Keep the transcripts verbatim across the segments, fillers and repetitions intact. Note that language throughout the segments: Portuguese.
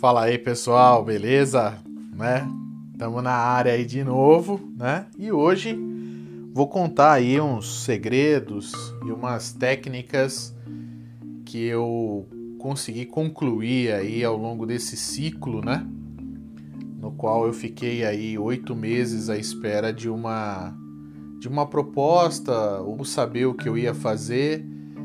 Fala aí, pessoal, beleza? Né? Estamos na área aí de novo, né? E hoje vou contar aí uns segredos e umas técnicas que eu consegui concluir aí ao longo desse ciclo, né? No qual eu fiquei aí oito meses à espera de uma de uma proposta ou saber o que eu ia fazer,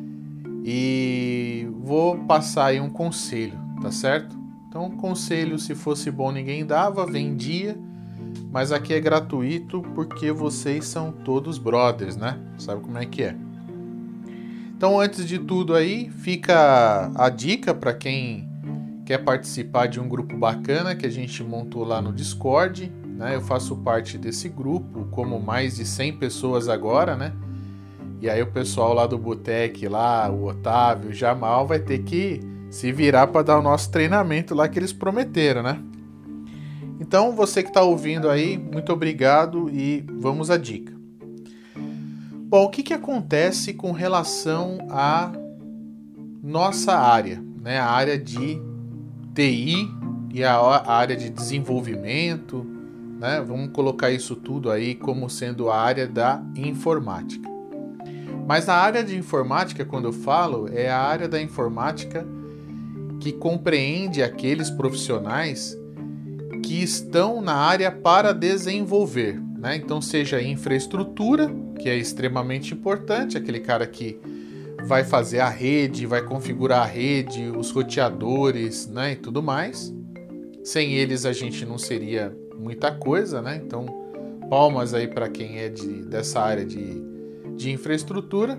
e vou passar aí um conselho, tá certo? Então, conselho, se fosse bom ninguém dava, vendia, mas aqui é gratuito porque vocês são todos brothers, né? Sabe como é que é? Então, antes de tudo aí, fica a dica para quem quer participar de um grupo bacana que a gente montou lá no Discord, né? Eu faço parte desse grupo, como mais de cem pessoas agora, né? E aí o pessoal lá do Botec, lá, o Otávio, o Jamal, vai ter que se virar para dar o nosso treinamento lá que eles prometeram, né? Então, você que está ouvindo aí, muito obrigado e vamos à dica. Bom, o que, que acontece com relação à nossa área, né? A área de T I e a área de desenvolvimento, né? Vamos colocar isso tudo aí como sendo a área da informática. Mas a área de informática, quando eu falo, é a área da informática que compreende aqueles profissionais que estão na área para desenvolver, né? Então, seja infraestrutura, que é extremamente importante, aquele cara que vai fazer a rede, vai configurar a rede, os roteadores, né, e tudo mais. Sem eles a gente não seria muita coisa, né? Então, palmas aí para quem é de, dessa área de, de infraestrutura.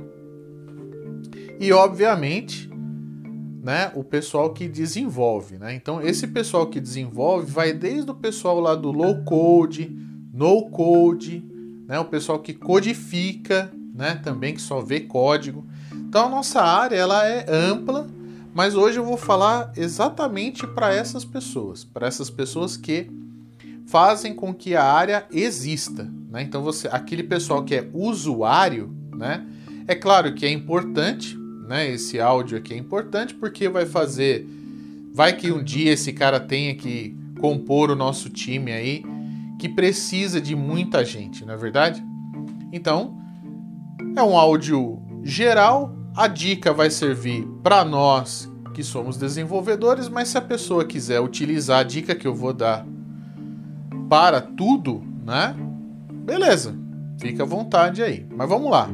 E, obviamente, né, o pessoal que desenvolve, né? Então, esse pessoal que desenvolve vai desde o pessoal lá do low code, no code, né, o pessoal que codifica, né, também que só vê código. Então, a nossa área ela é ampla, mas hoje eu vou falar exatamente para essas pessoas, para essas pessoas que fazem com que a área exista, né? Então, você, aquele pessoal que é usuário, né? É claro que é importante, né? Esse áudio aqui é importante porque vai fazer, vai que um dia esse cara tenha que compor o nosso time aí, que precisa de muita gente, não é verdade? Então, é um áudio geral. A dica vai servir para nós que somos desenvolvedores, mas se a pessoa quiser utilizar a dica que eu vou dar para tudo, né? Beleza, fica à vontade aí. Mas vamos lá.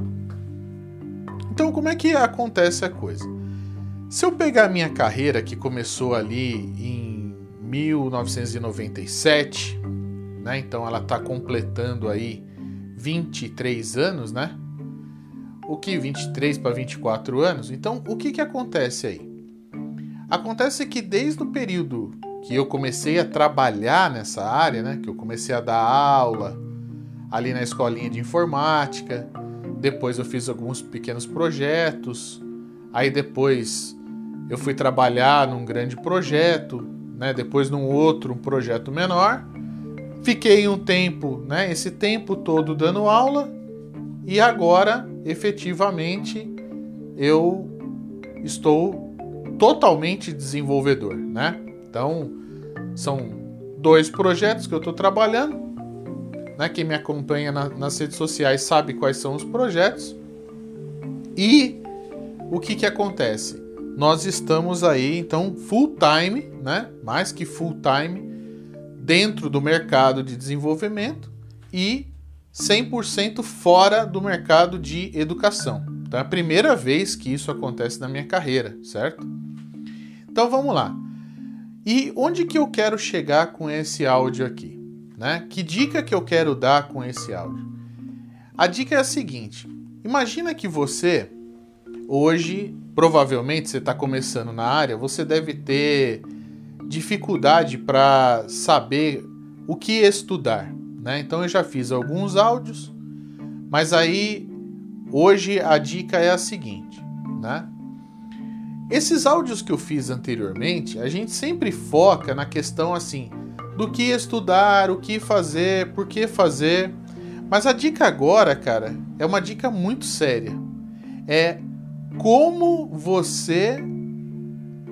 Então, como é que acontece a coisa? Se eu pegar a minha carreira, que começou ali em mil novecentos e noventa e sete, né? Então ela está completando aí vinte e três anos, né? O que vinte e três para vinte e quatro anos? Então, o que que acontece aí? Acontece que desde o período que eu comecei a trabalhar nessa área, né? Que eu comecei a dar aula ali na escolinha de informática, depois eu fiz alguns pequenos projetos, aí depois eu fui trabalhar num grande projeto, né? Depois num outro, um projeto menor. Fiquei um tempo, né? Esse tempo todo dando aula, e agora, efetivamente, eu estou totalmente desenvolvedor, né? Então, são dois projetos que eu estou trabalhando, né? Quem me acompanha na, nas redes sociais sabe quais são os projetos. E o que que acontece? Nós estamos aí, então, full time, né? Mais que full time, dentro do mercado de desenvolvimento e cem por cento fora do mercado de educação. Então é a primeira vez que isso acontece na minha carreira, certo? Então vamos lá. E onde que eu quero chegar com esse áudio aqui, né? Que dica que eu quero dar com esse áudio? A dica é a seguinte: imagina que você, hoje, provavelmente você está começando na área, você deve ter dificuldade para saber o que estudar, né? Então eu já fiz alguns áudios, mas aí hoje a dica é a seguinte, né? Esses áudios que eu fiz anteriormente, a gente sempre foca na questão assim, do que estudar, o que fazer, por que fazer. Mas a dica agora, cara, é uma dica muito séria. É como você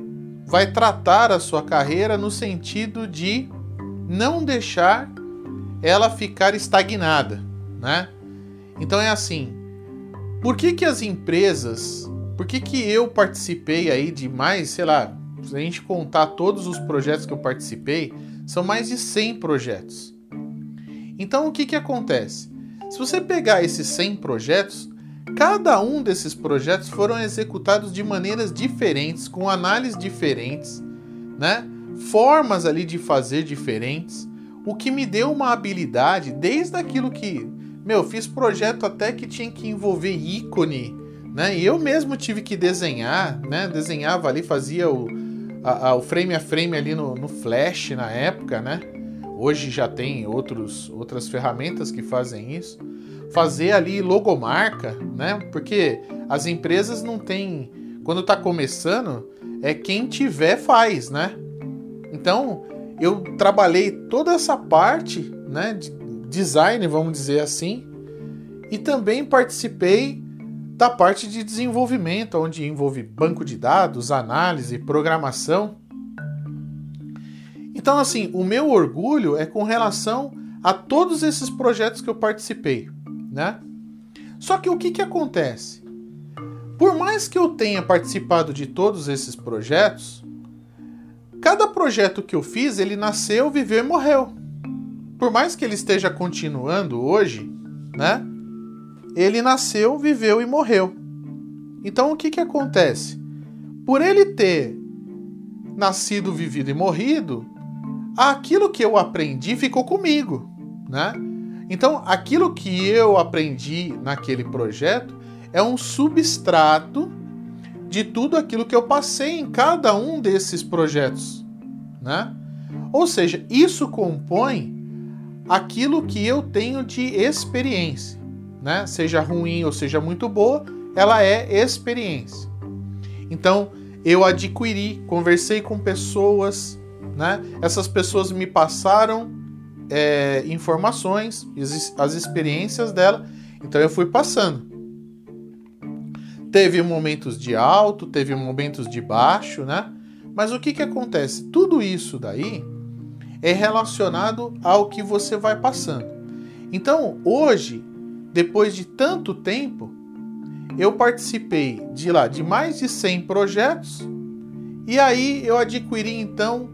vai tratar a sua carreira no sentido de não deixar ela ficar estagnada, né? Então é assim, por que que as empresas, por que que eu participei aí de mais, sei lá, se a gente contar todos os projetos que eu participei, são mais de cem projetos. Então o que que acontece? Se você pegar esses cem projetos, cada um desses projetos foram executados de maneiras diferentes, com análises diferentes, né? Formas ali de fazer diferentes, o que me deu uma habilidade desde aquilo que, meu, fiz projeto até que tinha que envolver ícone, né? E eu mesmo tive que desenhar, né? Desenhava ali, fazia o, a, a, o frame a frame ali no, no Flash na época, né? Hoje já tem outros, outras ferramentas que fazem isso. Fazer ali logomarca, né? Porque as empresas não têm... Quando tá começando, é quem tiver faz, né? Então, eu trabalhei toda essa parte, né, de design, vamos dizer assim, e também participei da parte de desenvolvimento, onde envolve banco de dados, análise, programação. Então, assim, o meu orgulho é com relação a todos esses projetos que eu participei, né? Só que o que que acontece? Por mais que eu tenha participado de todos esses projetos, cada projeto que eu fiz, ele nasceu, viveu e morreu. Por mais que ele esteja continuando hoje, né? Ele nasceu, viveu e morreu. Então o que que acontece? Por ele ter nascido, vivido e morrido, aquilo que eu aprendi ficou comigo, né? Então aquilo que eu aprendi naquele projeto é um substrato de tudo aquilo que eu passei em cada um desses projetos, né? Ou seja, isso compõe aquilo que eu tenho de experiência, né? Seja ruim ou seja muito boa, ela é experiência. Então, eu adquiri, conversei com pessoas, né? Essas pessoas me passaram é, informações, as experiências dela, então eu fui passando. Teve momentos de alto, teve momentos de baixo, né? Mas o que que acontece? Tudo isso daí é relacionado ao que você vai passando. Então, hoje, depois de tanto tempo, eu participei de lá de mais de cem projetos e aí eu adquiri então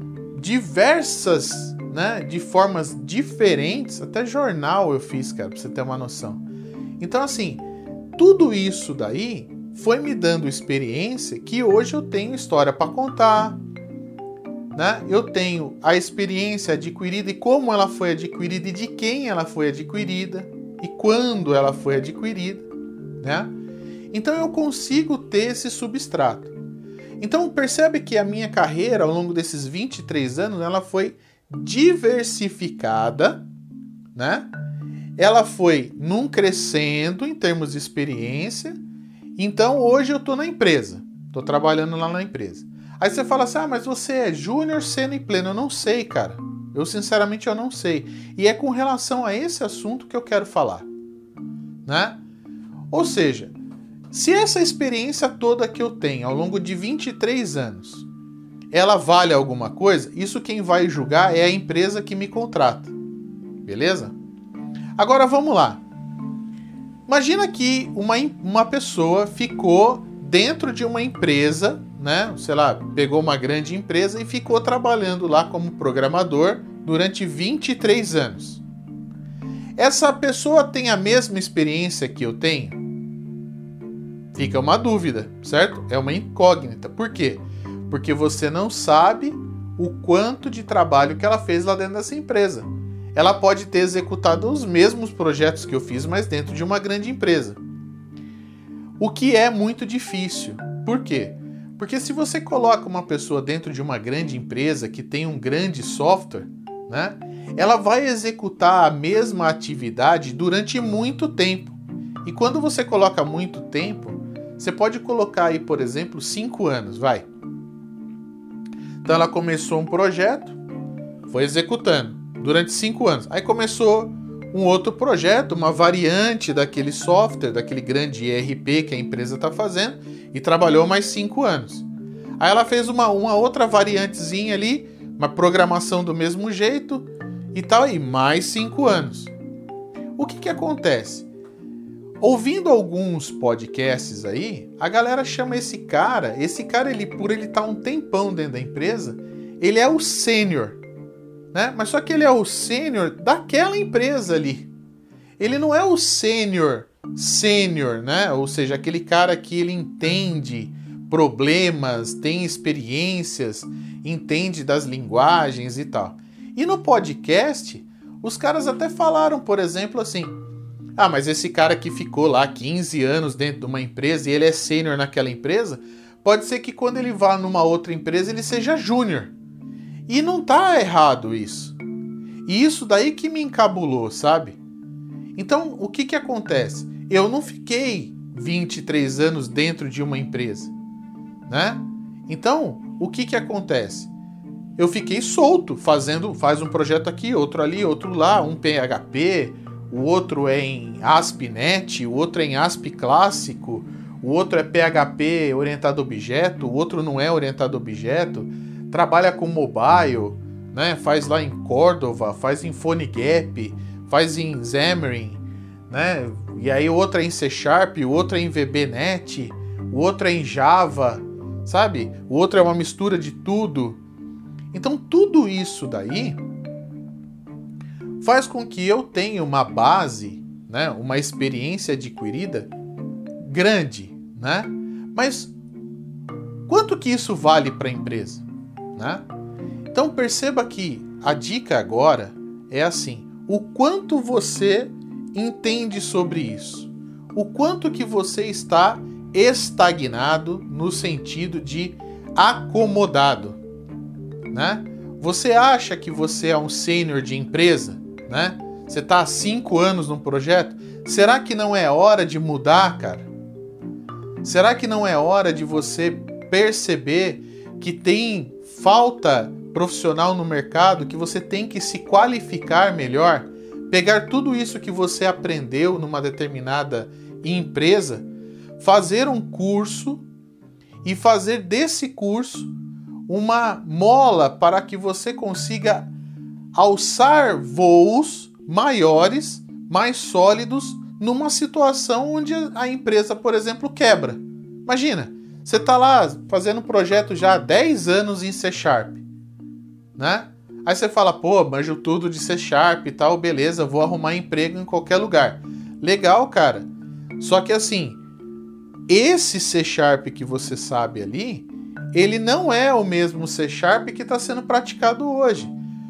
diversas, né, de formas diferentes, até jornal eu fiz, cara, pra você ter uma noção. Então, assim, tudo isso daí foi me dando experiência que hoje eu tenho história para contar, né? Eu tenho a experiência adquirida e como ela foi adquirida e de quem ela foi adquirida e quando ela foi adquirida, né? Então eu consigo ter esse substrato. Então percebe que a minha carreira ao longo desses vinte e três anos ela foi diversificada, né? Ela foi num crescendo em termos de experiência. Então hoje eu estou na empresa, estou trabalhando lá na empresa. Aí você fala assim, ah, mas você é júnior, sênior e pleno. Eu não sei, cara. Eu sinceramente eu não sei. E é com relação a esse assunto que eu quero falar, né? Ou seja, se essa experiência toda que eu tenho ao longo de vinte e três anos, ela vale alguma coisa, isso quem vai julgar é a empresa que me contrata. Beleza? Agora vamos lá. Imagina que uma, uma pessoa ficou dentro de uma empresa, né? Sei lá, pegou uma grande empresa e ficou trabalhando lá como programador durante vinte e três anos. Essa pessoa tem a mesma experiência que eu tenho? Fica uma dúvida, certo? É uma incógnita. Por quê? Porque você não sabe o quanto de trabalho que ela fez lá dentro dessa empresa. Ela pode ter executado os mesmos projetos que eu fiz, mas dentro de uma grande empresa. O que é muito difícil. Por quê? Porque se você coloca uma pessoa dentro de uma grande empresa que tem um grande software, né, ela vai executar a mesma atividade durante muito tempo. E quando você coloca muito tempo, você pode colocar aí, por exemplo, cinco anos, vai. Então ela começou um projeto, foi executando durante cinco anos. Aí começou um outro projeto, uma variante daquele software, daquele grande E R P que a empresa está fazendo, e trabalhou mais cinco anos. Aí ela fez uma, uma outra variantezinha ali, uma programação do mesmo jeito e tal, e mais cinco anos. O que que acontece? Ouvindo alguns podcasts aí, a galera chama esse cara, esse cara, ele, por ele estar um tempão dentro da empresa, ele é o sênior, né? Mas só que ele é o sênior daquela empresa ali. Ele não é o sênior, sênior, né? Ou seja, aquele cara que ele entende problemas, tem experiências, entende das linguagens e tal. E no podcast, os caras até falaram, por exemplo, assim: ah, mas esse cara que ficou lá quinze anos dentro de uma empresa e ele é sênior naquela empresa, pode ser que quando ele vá numa outra empresa ele seja júnior. E não tá errado isso. E isso daí que me encabulou, sabe? Então, o que que acontece? Eu não fiquei vinte e três anos dentro de uma empresa, né? Então, o que que acontece? Eu fiquei solto, fazendo, faz um projeto aqui, outro ali, outro lá, um P H P, o outro é em A S P ponto net, o outro é em A S P clássico, o outro é P H P orientado a objeto, o outro não é orientado a objeto, trabalha com mobile, né? Faz lá em Cordova, faz em PhoneGap, faz em Xamarin, né? E aí o outro é em C Sharp, o outro é em V B ponto net, o outro é em Java, sabe? O outro é uma mistura de tudo. Então tudo isso daí faz com que eu tenha uma base, né? Uma experiência adquirida grande, né? Mas quanto que isso vale para a empresa, né? Então perceba que a dica agora é assim: o quanto você entende sobre isso, o quanto que você está estagnado no sentido de acomodado, né? Você acha que você é um sênior de empresa, né? Você está há cinco anos num projeto? Será que não é hora de mudar, cara? Será que não é hora de você perceber que tem falta profissional no mercado, que você tem que se qualificar melhor, pegar tudo isso que você aprendeu numa determinada empresa, fazer um curso e fazer desse curso uma mola para que você consiga alçar voos maiores, mais sólidos, numa situação onde a empresa, por exemplo, quebra. Imagina, você está lá fazendo um projeto já há dez anos em C Sharp, né? Aí você fala, pô, manjo tudo de C Sharp e tal, beleza, vou arrumar emprego em qualquer lugar. Legal, cara. Só que assim, esse C Sharp que você sabe ali, ele não é o mesmo C Sharp que está sendo praticado hoje.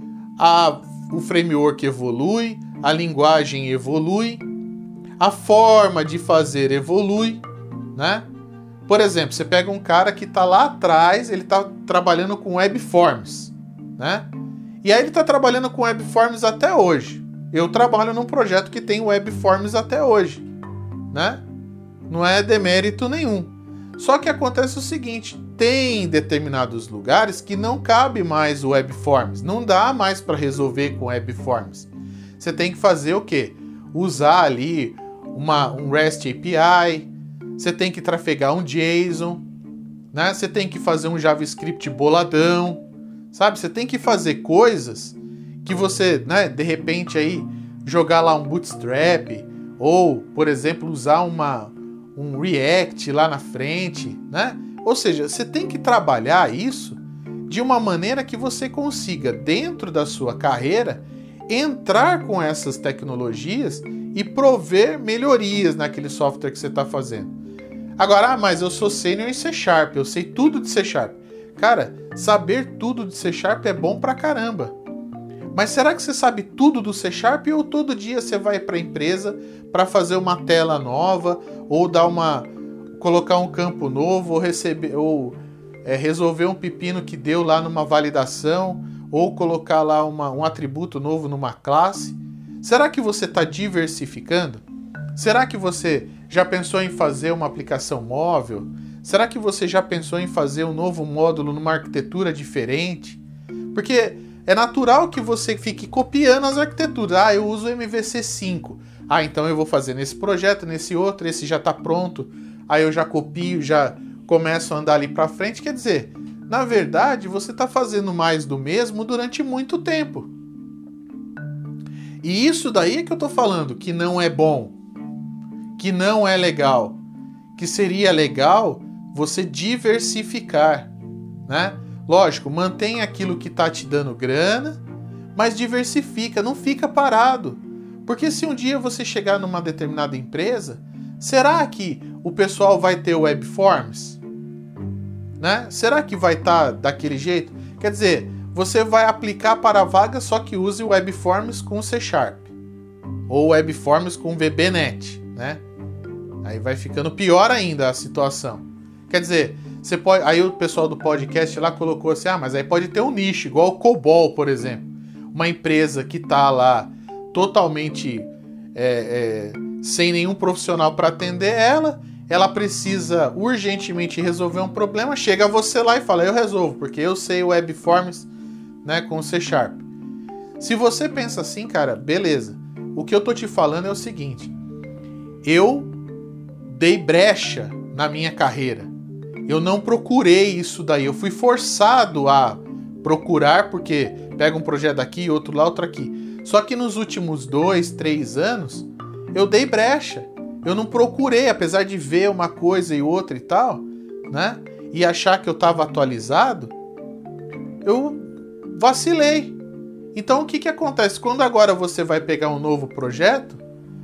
A, o framework evolui, a linguagem evolui, a forma de fazer evolui, né? Por exemplo, você pega um cara que está lá atrás, ele está trabalhando com webforms, né? E aí ele está trabalhando com webforms até hoje. Eu trabalho num projeto que tem webforms até hoje, né? Não é demérito nenhum. Só que acontece o seguinte, tem determinados lugares que não cabe mais o webforms, não dá mais para resolver com webforms. Você tem que fazer o quê? Usar ali uma, um REST A P I, você tem que trafegar um JSON, né? Você tem que fazer um JavaScript boladão, sabe? Você tem que fazer coisas que você, né, de repente aí jogar lá um Bootstrap ou, por exemplo, usar uma, um React lá na frente, né? Ou seja, você tem que trabalhar isso de uma maneira que você consiga, dentro da sua carreira, entrar com essas tecnologias e prover melhorias naquele software que você está fazendo. Agora, ah, mas eu sou sênior em C Sharp, eu sei tudo de C Sharp. Cara, saber tudo de C Sharp é bom pra caramba. Mas será que você sabe tudo do C Sharp ou todo dia você vai para a empresa para fazer uma tela nova ou dar uma, colocar um campo novo ou receber ou é, resolver um pepino que deu lá numa validação ou colocar lá uma, um atributo novo numa classe? Será que você está diversificando? Será que você já pensou em fazer uma aplicação móvel? Será que você já pensou em fazer um novo módulo numa arquitetura diferente? Porque é natural que você fique copiando as arquiteturas. Ah, eu uso o M V C cinco. Ah, então eu vou fazer nesse projeto, nesse outro, esse já está pronto. Aí eu já copio, já começo a andar ali para frente. Quer dizer, na verdade, você está fazendo mais do mesmo durante muito tempo. E isso daí é que eu estou falando, que não é bom, que não é legal, que seria legal você diversificar, né? Lógico, mantém aquilo que está te dando grana, mas diversifica, não fica parado. Porque se um dia você chegar numa determinada empresa, será que o pessoal vai ter webforms? Né? Será que vai estar tá daquele jeito? Quer dizer, você vai aplicar para a vaga só que use webforms com C Sharp. Ou webforms com V B Net, né? Aí vai ficando pior ainda a situação. Quer dizer, você pode, aí o pessoal do podcast lá colocou assim, ah, mas aí pode ter um nicho, igual o COBOL, por exemplo. Uma empresa que está lá totalmente é, é, sem nenhum profissional para atender ela, ela precisa urgentemente resolver um problema, chega você lá e fala, eu resolvo, porque eu sei webforms, né, com C Sharp. Se você pensa assim, cara, beleza. O que eu tô te falando é o seguinte, eu dei brecha na minha carreira. Eu não procurei isso daí, eu fui forçado a procurar, porque pega um projeto daqui, outro lá, outro aqui. Só que nos últimos dois, três anos, eu dei brecha. Eu não procurei, apesar de ver uma coisa e outra e tal, né? E achar que eu estava atualizado, eu vacilei. Então o que que acontece? Quando agora você vai pegar um novo projeto,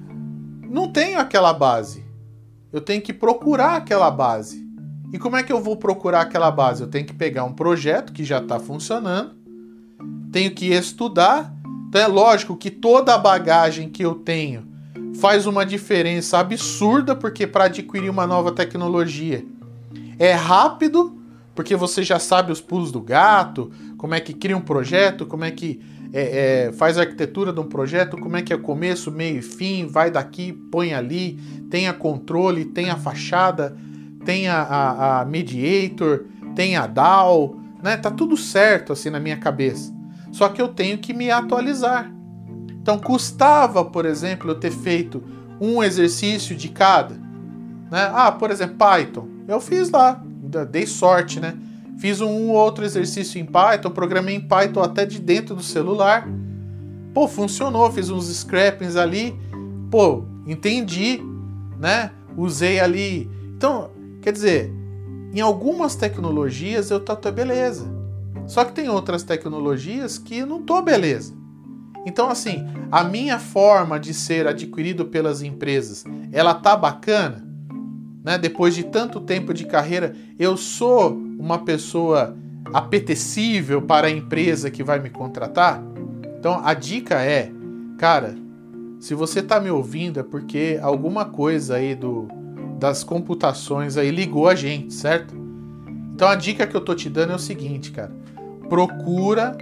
não tenho aquela base. Eu tenho que procurar aquela base. E como é que eu vou procurar aquela base? Eu tenho que pegar um projeto que já está funcionando, tenho que estudar. Então é lógico que toda a bagagem que eu tenho faz uma diferença absurda, porque para adquirir uma nova tecnologia é rápido, porque você já sabe os pulos do gato, como é que cria um projeto, como é que é, é, faz a arquitetura de um projeto, como é que é começo, meio e fim, vai daqui, põe ali, tem a controle, tem a fachada, tem a, a, a mediator, tem a D A W, né? Tá tudo certo assim na minha cabeça. Só que eu tenho que me atualizar. Então custava, por exemplo, eu ter feito um exercício de cada. Né? Ah, por exemplo, Python. Eu fiz lá, dei sorte, né? Fiz um outro exercício em Python, programei em Python até de dentro do celular. Pô, funcionou, fiz uns scrappings ali. Pô, entendi, né? Usei ali. Então, quer dizer, em algumas tecnologias eu tô beleza. Só que tem outras tecnologias que não tô beleza. Então, assim, a minha forma de ser adquirido pelas empresas, ela tá bacana? Né? Depois de tanto tempo de carreira, eu sou uma pessoa apetecível para a empresa que vai me contratar? Então, a dica é, cara, se você tá me ouvindo é porque alguma coisa aí do, das computações aí ligou a gente, certo? Então, a dica que eu tô te dando é o seguinte, cara. Procura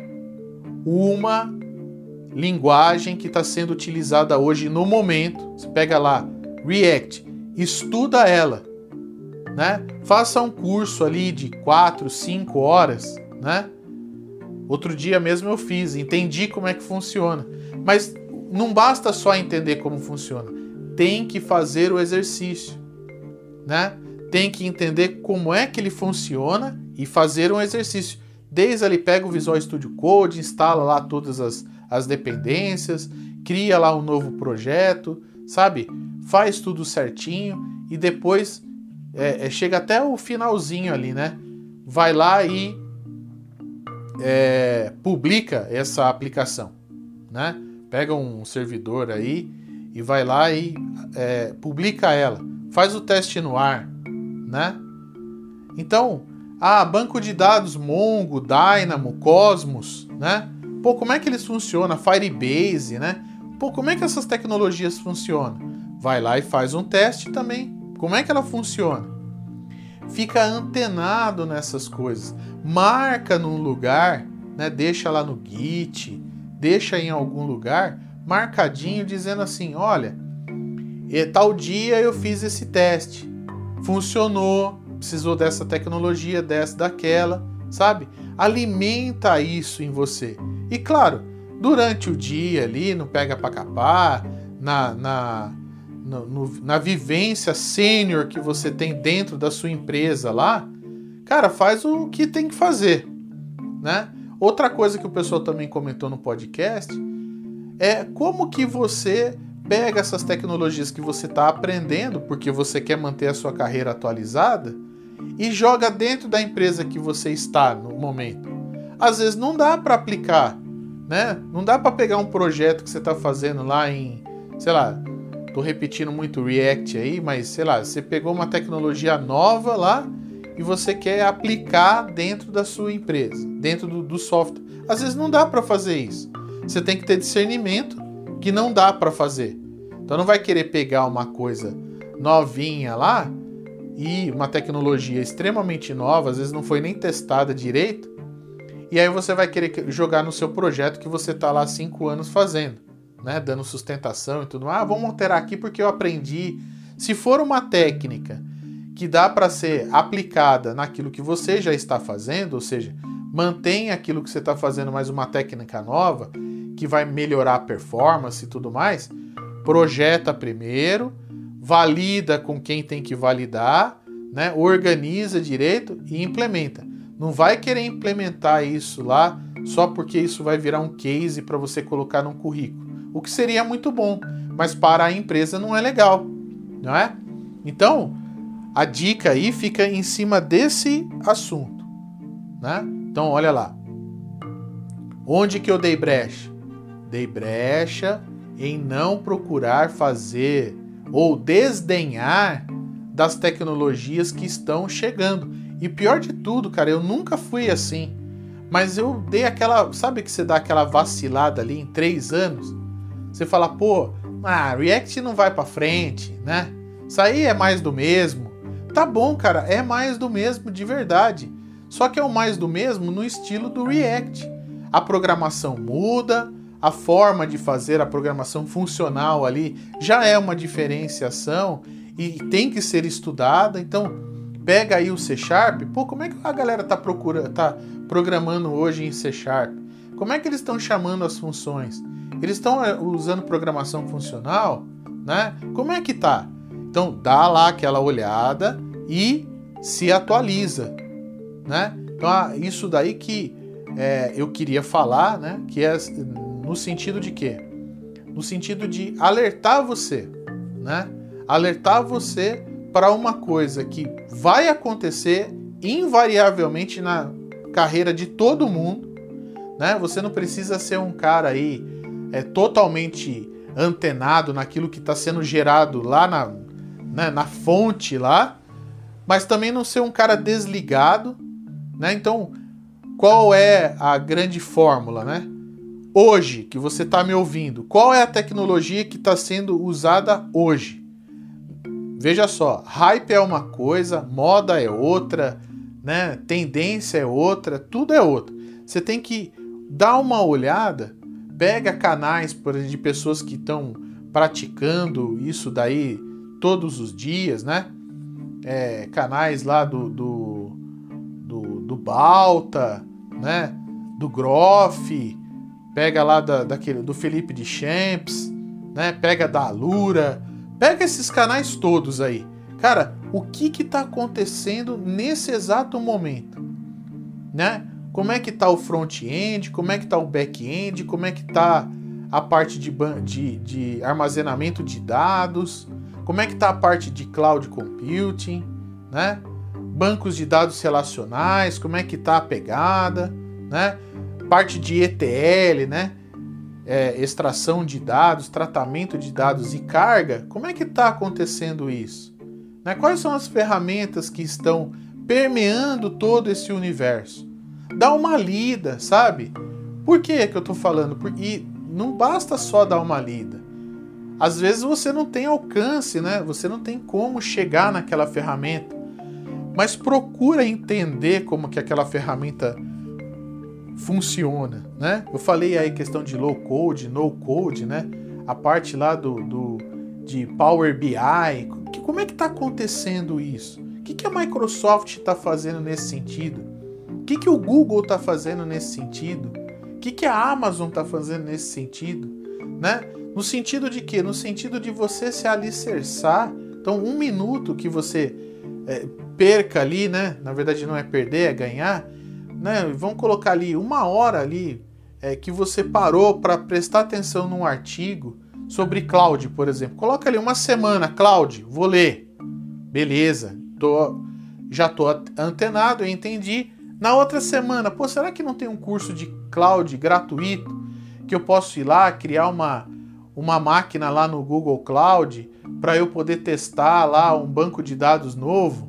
uma linguagem que está sendo utilizada hoje no momento. Você pega lá, React, estuda ela, né? Faça um curso ali de quatro, cinco horas, né? Outro dia mesmo eu fiz, entendi como é que funciona. Mas não basta só entender como funciona, tem que fazer o exercício, né? Tem que entender como é que ele funciona e fazer um exercício. Desde ali pega o Visual Studio Code, instala lá todas as, as dependências, cria lá um novo projeto, sabe? Faz tudo certinho e depois é, é, chega até o finalzinho ali, né? Vai lá e é, publica essa aplicação, né? Pega um servidor aí e vai lá e é, publica ela. Faz o teste no ar, né? Então, ah, banco de dados Mongo, Dynamo, Cosmos, né? Pô, como é que eles funcionam? Firebase, né? Pô, como é que essas tecnologias funcionam? Vai lá e faz um teste também. Como é que ela funciona? Fica antenado nessas coisas. Marca num lugar, né? Deixa lá no Git, deixa em algum lugar, marcadinho, dizendo assim, olha, tal dia eu fiz esse teste. Funcionou. Precisou dessa tecnologia, dessa, daquela, sabe? Alimenta isso em você. E claro, durante o dia ali, não pega pra capar, na, na, no, no, na vivência sênior que você tem dentro da sua empresa lá, cara, faz o que tem que fazer, né? Outra coisa que o pessoal também comentou no podcast é como que você pega essas tecnologias que você está aprendendo, porque você quer manter a sua carreira atualizada, e joga dentro da empresa que você está no momento. Às vezes não dá para aplicar, né? Não dá para pegar um projeto que você está fazendo lá em, sei lá, tô repetindo muito React aí, mas sei lá, você pegou uma tecnologia nova lá e você quer aplicar dentro da sua empresa, dentro do, do software. Às vezes não dá para fazer isso. Você tem que ter discernimento que não dá para fazer. Então não vai querer pegar uma coisa novinha lá e uma tecnologia extremamente nova, às vezes não foi nem testada direito, e aí você vai querer jogar no seu projeto que você está lá há cinco anos fazendo, né? Dando sustentação e tudo. Ah, vamos alterar aqui porque eu aprendi. Se for uma técnica que dá para ser aplicada naquilo que você já está fazendo, ou seja, mantém aquilo que você está fazendo, mas uma técnica nova que vai melhorar a performance e tudo mais, projeta primeiro, valida com quem tem que validar, né? Organiza direito e implementa. Não vai querer implementar isso lá só porque isso vai virar um case para você colocar num currículo. O que seria muito bom, mas para a empresa não é legal, não é? Então, a dica aí fica em cima desse assunto, né? Então, olha lá. Onde que eu dei brecha? Dei brecha em não procurar fazer ou desdenhar das tecnologias que estão chegando. E pior de tudo, cara, eu nunca fui assim. Mas eu dei aquela... Sabe que você dá aquela vacilada ali em três anos? Você fala, pô, ah, React não vai pra frente, né? Isso aí é mais do mesmo. Tá bom, cara, é mais do mesmo de verdade. Só que é o mais do mesmo no estilo do React. A programação muda, a forma de fazer a programação funcional ali já é uma diferenciação e tem que ser estudada. Então, pega aí o C Sharp. Pô, como é que a galera tá procurando, tá programando hoje em C Sharp? Como é que eles estão chamando as funções? Eles estão usando programação funcional, né? Como é que tá? Então, dá lá aquela olhada e se atualiza, né? Então, isso daí que é, eu queria falar, né? Que é no sentido de quê? No sentido de alertar você, né? Alertar você para uma coisa que vai acontecer invariavelmente na carreira de todo mundo, né? Você não precisa ser um cara aí é, totalmente antenado naquilo que está sendo gerado lá na, né, na fonte lá, mas também não ser um cara desligado, né? Então, qual é a grande fórmula, né? Hoje, que você está me ouvindo, qual é a tecnologia que está sendo usada hoje? Veja só, hype é uma coisa, moda é outra, né? Tendência é outra, tudo é outra. Você tem que dar uma olhada, pega canais por exemplo, de pessoas que estão praticando isso daí todos os dias, né? É, canais lá do, do, do, do Balta, né? Do Groff, pega lá da, daquele, do Felipe de Champs, né? Pega da Alura, pega esses canais todos aí. Cara, o que que tá acontecendo nesse exato momento, né? Como é que tá o front-end, como é que tá o back-end, como é que tá a parte de, de, de armazenamento de dados, como é que tá a parte de cloud computing, né? Bancos de dados relacionais, como é que tá a pegada, né? Parte de E T L, né? É, extração de dados, tratamento de dados e carga, como é que tá acontecendo isso? Né? Quais são as ferramentas que estão permeando todo esse universo? Dá uma lida, sabe? Por que que eu tô falando? Porque não basta só dar uma lida. Às vezes você não tem alcance, né? Você não tem como chegar naquela ferramenta. Mas procura entender como que aquela ferramenta funciona, né? Eu falei aí questão de low code, no code, né? A parte lá do, do de Power B I. Que, como é que tá acontecendo isso? O que, que a Microsoft está fazendo nesse sentido? O que, que o Google está fazendo nesse sentido? O que, que a Amazon está fazendo nesse sentido? Né? No sentido de quê? No sentido de você se alicerçar. Então, um minuto que você é, perca ali, né? Na verdade não é perder, é ganhar, né? Vamos colocar ali uma hora ali é, que você parou para prestar atenção num artigo sobre cloud, por exemplo. Coloca ali uma semana, cloud, vou ler. Beleza, tô, já tô antenado, eu entendi. Na outra semana, pô, será que não tem um curso de cloud gratuito que eu posso ir lá, criar uma, uma máquina lá no Google Cloud para eu poder testar lá um banco de dados novo?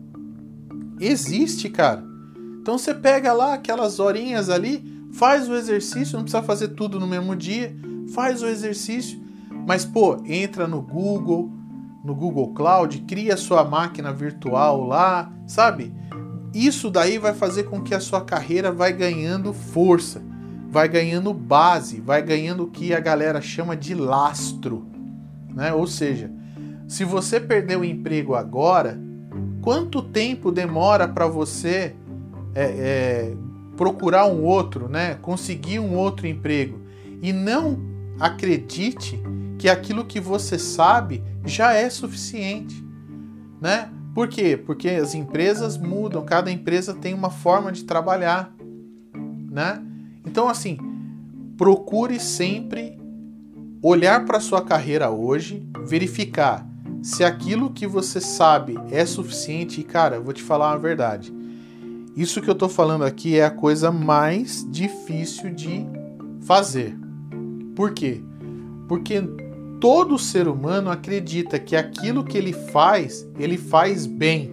Existe, cara. Então você pega lá aquelas horinhas ali, faz o exercício, não precisa fazer tudo no mesmo dia, faz o exercício, mas pô, entra no Google, no Google Cloud, cria sua máquina virtual lá, sabe? Isso daí vai fazer com que a sua carreira vai ganhando força, vai ganhando base, vai ganhando o que a galera chama de lastro, né? Ou seja, se você perder o emprego agora, quanto tempo demora para você é, é, procurar um outro, né? Conseguir um outro emprego? E não acredite que aquilo que você sabe já é suficiente, né? Por quê? Porque as empresas mudam, cada empresa tem uma forma de trabalhar, né? Então, assim, procure sempre olhar para a sua carreira hoje, verificar se aquilo que você sabe é suficiente. E, cara, eu vou te falar uma verdade. Isso que eu tô falando aqui é a coisa mais difícil de fazer. Por quê? Porque todo ser humano acredita que aquilo que ele faz, ele faz bem.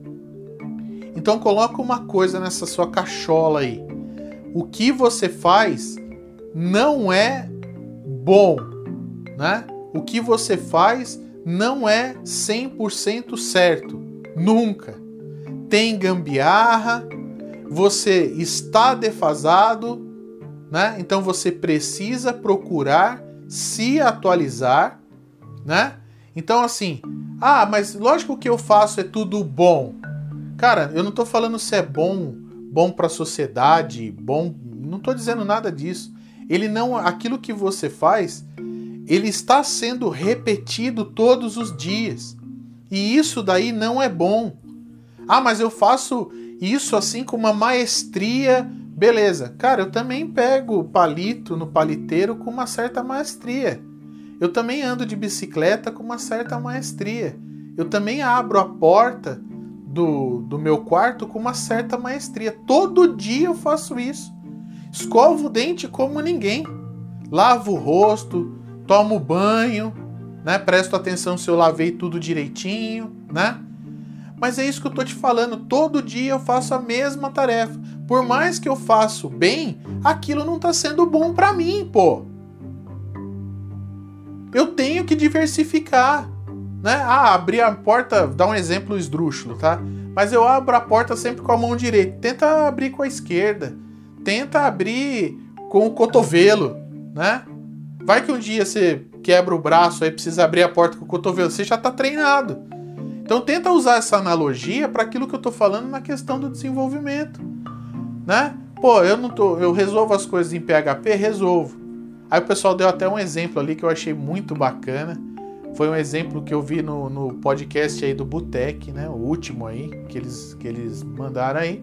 Então coloca uma coisa nessa sua cachola aí. O que você faz não é bom, né? O que você faz não é cem por cento certo. Nunca. Tem gambiarra, você está defasado, né? Então você precisa procurar se atualizar, né? Então assim, ah, mas lógico que eu faço é tudo bom. Cara, eu não tô falando se é bom, bom para a sociedade, bom, não tô dizendo nada disso. Ele não, aquilo que você faz, ele está sendo repetido todos os dias. E isso daí não é bom. Ah, mas eu faço isso assim com uma maestria. Beleza, cara, eu também pego palito no paliteiro com uma certa maestria. Eu também ando de bicicleta com uma certa maestria. Eu também abro a porta do, do meu quarto com uma certa maestria. Todo dia eu faço isso. Escovo o dente como ninguém. Lavo o rosto, tomo banho, né? Presto atenção se eu lavei tudo direitinho, né? Mas é isso que eu tô te falando. Todo dia eu faço a mesma tarefa. Por mais que eu faço bem, aquilo não tá sendo bom pra mim, pô. Eu tenho que diversificar, né? Ah, abrir a porta, dá um exemplo esdrúxulo, tá? Mas eu abro a porta sempre com a mão direita. Tenta abrir com a esquerda. Tenta abrir com o cotovelo, né? Vai que um dia você quebra o braço aí, precisa abrir a porta com o cotovelo. Você já tá treinado. Então tenta usar essa analogia para aquilo que eu tô falando na questão do desenvolvimento, né? Pô, eu não tô, eu resolvo as coisas em P H P, resolvo. Aí o pessoal deu até um exemplo ali que eu achei muito bacana. Foi um exemplo que eu vi no, no podcast aí do Butec, né? O último aí que eles, que eles mandaram aí.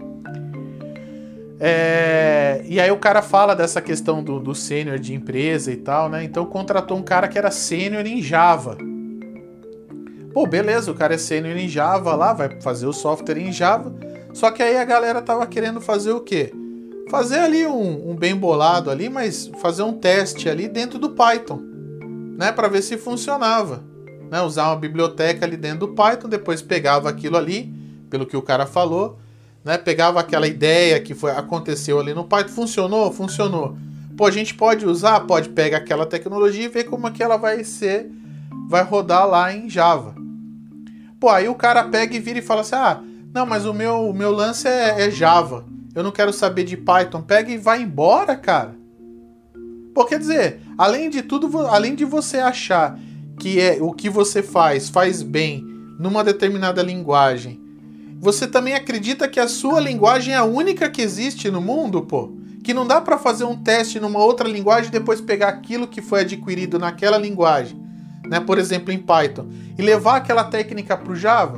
É, e aí o cara fala dessa questão do, do sênior de empresa e tal, né? Então contratou um cara que era sênior em Java. Pô, beleza, o cara é sênior em Java lá, vai fazer o software em Java. Só que aí a galera tava querendo fazer o quê? Fazer ali um, um bem bolado ali, mas fazer um teste ali dentro do Python, né? Para ver se funcionava, né? Usar uma biblioteca ali dentro do Python, depois pegava aquilo ali, pelo que o cara falou, né? Pegava aquela ideia que foi, aconteceu ali no Python, funcionou? Funcionou. Pô, a gente pode usar? Pode pegar aquela tecnologia e ver como é que ela vai ser, vai rodar lá em Java. Pô, aí o cara pega e vira e fala assim, ah, não, mas o meu, o meu lance é, é Java. Eu não quero saber de Python. Pega e vai embora, cara. Pô, quer dizer, além de tudo, além de você achar que é o que você faz, faz bem numa determinada linguagem, você também acredita que a sua linguagem é a única que existe no mundo, pô? Que não dá pra fazer um teste numa outra linguagem e depois pegar aquilo que foi adquirido naquela linguagem, né? Por exemplo, em Python, e levar aquela técnica pro Java?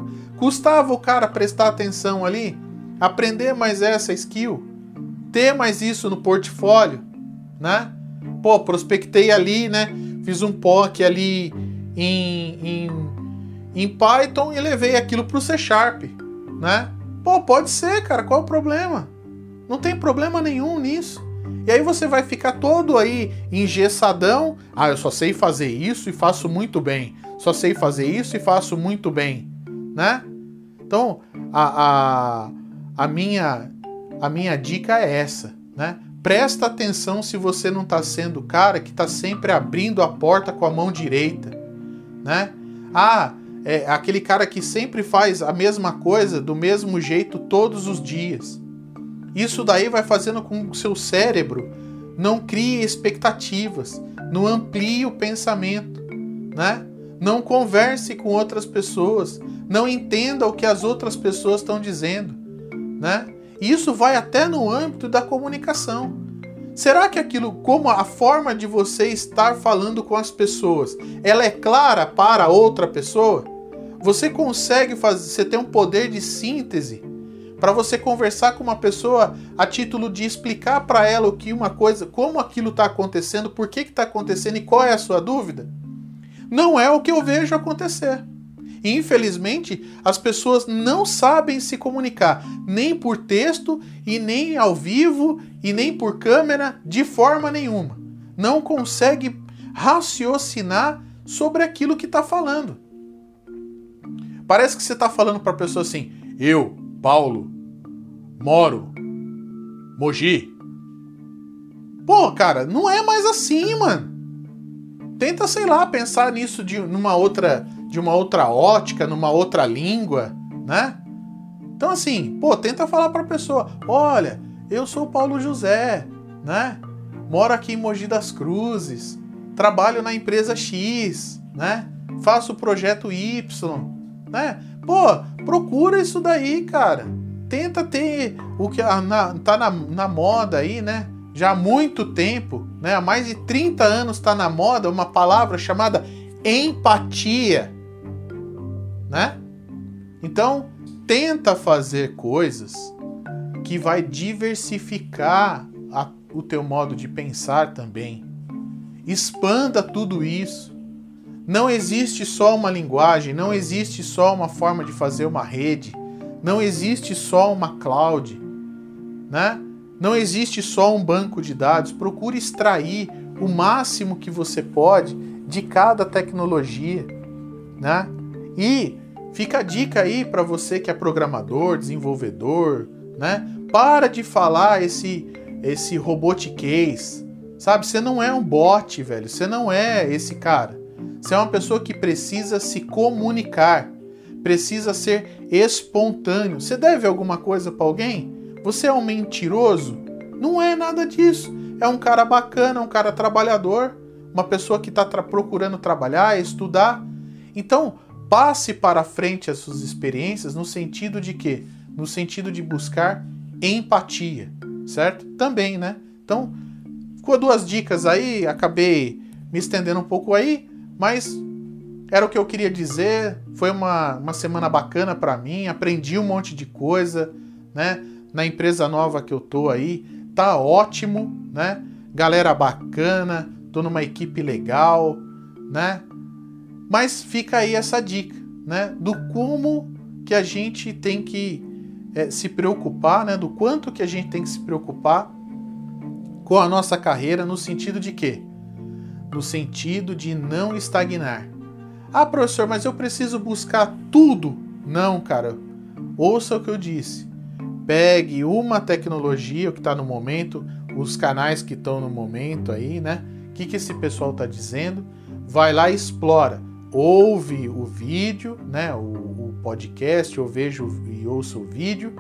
Custava o cara prestar atenção ali, aprender mais essa skill, ter mais isso no portfólio, né? Pô, prospectei ali, né? Fiz um P O C ali em, em, em Python e levei aquilo pro C Sharp, né? Pô, pode ser, cara, qual é o problema? Não tem problema nenhum nisso. E aí você vai ficar todo aí engessadão. Ah, eu só sei fazer isso e faço muito bem. Só sei fazer isso e faço muito bem, né? Então, a, a, a, minha, a minha dica é essa, né? Presta atenção se você não está sendo o cara que está sempre abrindo a porta com a mão direita, né? Ah, é aquele cara que sempre faz a mesma coisa do mesmo jeito todos os dias. Isso daí vai fazendo com que o seu cérebro não crie expectativas, não amplie o pensamento, né? Não converse com outras pessoas, não entenda o que as outras pessoas estão dizendo, né? Isso vai até no âmbito da comunicação. Será que aquilo, como a forma de você estar falando com as pessoas, ela é clara para outra pessoa? Você consegue fazer, você tem um poder de síntese para você conversar com uma pessoa a título de explicar para ela o que uma coisa, como aquilo está acontecendo, por que está acontecendo e qual é a sua dúvida? Não é o que eu vejo acontecer. E, infelizmente, as pessoas não sabem se comunicar, nem por texto, e nem ao vivo, e nem por câmera, de forma nenhuma. Não consegue raciocinar sobre aquilo que está falando. Parece que você está falando para a pessoa assim, eu, Paulo, moro, Mogi. Pô, cara, não é mais assim, mano. Tenta, sei lá, pensar nisso de numa outra, de uma outra ótica, numa outra língua, né? Então assim, pô, tenta falar pra pessoa, olha, eu sou o Paulo José, né? Moro aqui em Mogi das Cruzes, trabalho na empresa X, né? Faço o projeto Y, né? Pô, procura isso daí, cara. Tenta ter o que na, tá na, na moda aí, né? Já há muito tempo, né? Há mais de trinta anos está na moda uma palavra chamada empatia, né? Então, tenta fazer coisas que vai diversificar a, o teu modo de pensar também. Expanda tudo isso. Não existe só uma linguagem, não existe só uma forma de fazer uma rede, não existe só uma cloud, né? Não existe só um banco de dados. Procure extrair o máximo que você pode de cada tecnologia, né? E fica a dica aí para você que é programador, desenvolvedor, né? Para de falar esse esse robotiquês, sabe? Você não é um bot, velho. Você não é esse cara. Você é uma pessoa que precisa se comunicar, precisa ser espontâneo. Você deve alguma coisa para alguém? Você é um mentiroso? Não é nada disso. É um cara bacana, um cara trabalhador, uma pessoa que está tra- procurando trabalhar, estudar. Então, passe para frente as suas experiências no sentido de quê? No sentido de buscar empatia, certo? Também, né? Então, ficou duas dicas aí, acabei me estendendo um pouco aí, mas era o que eu queria dizer. Foi uma, uma semana bacana para mim, aprendi um monte de coisa, né? Na empresa nova que eu tô aí, tá ótimo, né? Galera bacana, tô numa equipe legal, né? Mas fica aí essa dica, né? Do como que a gente tem que é, se preocupar, né? Do quanto que a gente tem que se preocupar com a nossa carreira, no sentido de quê? No sentido de não estagnar. Ah, professor, mas eu preciso buscar tudo. Não, cara. Ouça o que eu disse. Pegue uma tecnologia, o que está no momento, os canais que estão no momento aí, né? O que, que esse pessoal está dizendo? Vai lá e explora. Ouve o vídeo, né? O, o podcast, ou veja e ouça o vídeo.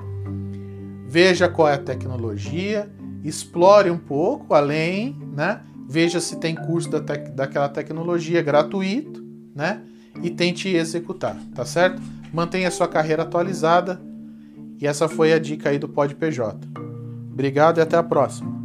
Veja qual é a tecnologia. Explore um pouco além, né? Veja se tem curso da tec- daquela tecnologia gratuito, né? E tente executar, tá certo? Mantenha a sua carreira atualizada. E essa foi a dica aí do Pod P J. Obrigado e até a próxima.